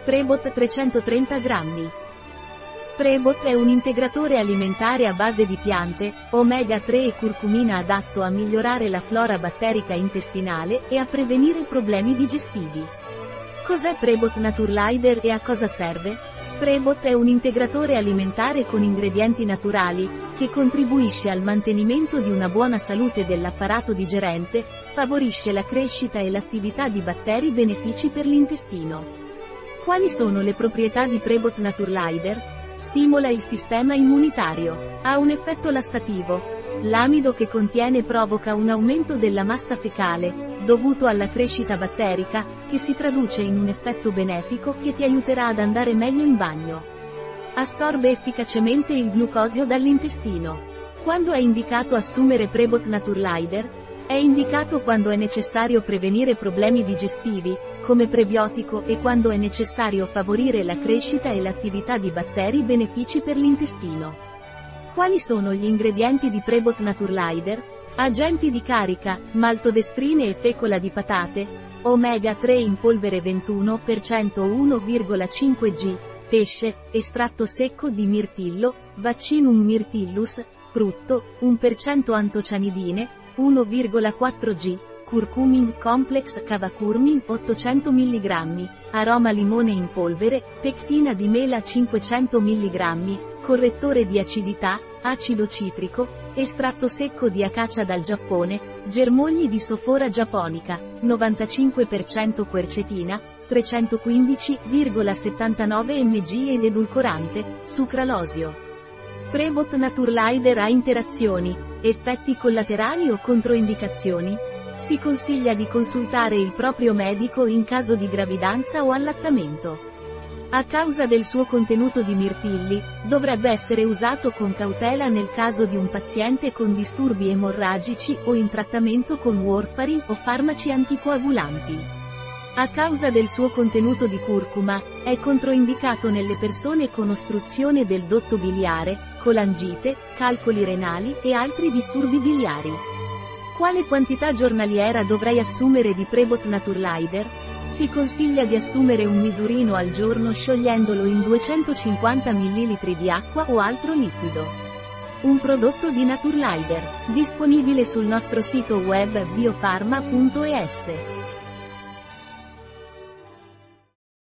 Prebot 330 grammi. Prebot è un integratore alimentare a base di piante, omega 3 e curcumina adatto a migliorare la flora batterica intestinale e a prevenire problemi digestivi. Cos'è Prebot Naturlider e a cosa serve? Prebot è un integratore alimentare con ingredienti naturali, che contribuisce al mantenimento di una buona salute dell'apparato digerente, favorisce la crescita e l'attività di batteri benefici per l'intestino. Quali sono le proprietà di Prebot Naturlider? Stimola il sistema immunitario. Ha un effetto lassativo. L'amido che contiene provoca un aumento della massa fecale, dovuto alla crescita batterica, che si traduce in un effetto benefico che ti aiuterà ad andare meglio in bagno. Assorbe efficacemente il glucosio dall'intestino. Quando è indicato assumere Prebot Naturlider? È indicato quando è necessario prevenire problemi digestivi, come prebiotico, e quando è necessario favorire la crescita e l'attività di batteri benefici per l'intestino. Quali sono gli ingredienti di Prebot Naturlider? Agenti di carica, maltodestrine e fecola di patate, omega 3 in polvere 21% 1,5 g, pesce, estratto secco di mirtillo, Vaccinum myrtillus, frutto, 1% antocianidine, 1,4 g, curcumin complex cavacurmin 800 mg, aroma limone in polvere, pectina di mela 500 mg, correttore di acidità, acido citrico, estratto secco di acacia dal Giappone, germogli di Sophora japonica, 95% quercetina, 315,79 mg ed edulcorante, sucralosio. Prebot Naturlider ha interazioni, effetti collaterali o controindicazioni? Si consiglia di consultare il proprio medico in caso di gravidanza o allattamento. A causa del suo contenuto di mirtilli, dovrebbe essere usato con cautela nel caso di un paziente con disturbi emorragici o in trattamento con warfarin o farmaci anticoagulanti. A causa del suo contenuto di curcuma, è controindicato nelle persone con ostruzione del dotto biliare, colangite, calcoli renali e altri disturbi biliari. Quale quantità giornaliera dovrei assumere di Prebot Naturlider? Si consiglia di assumere un misurino al giorno sciogliendolo in 250 ml di acqua o altro liquido. Un prodotto di Naturlider, disponibile sul nostro sito web biofarma.es.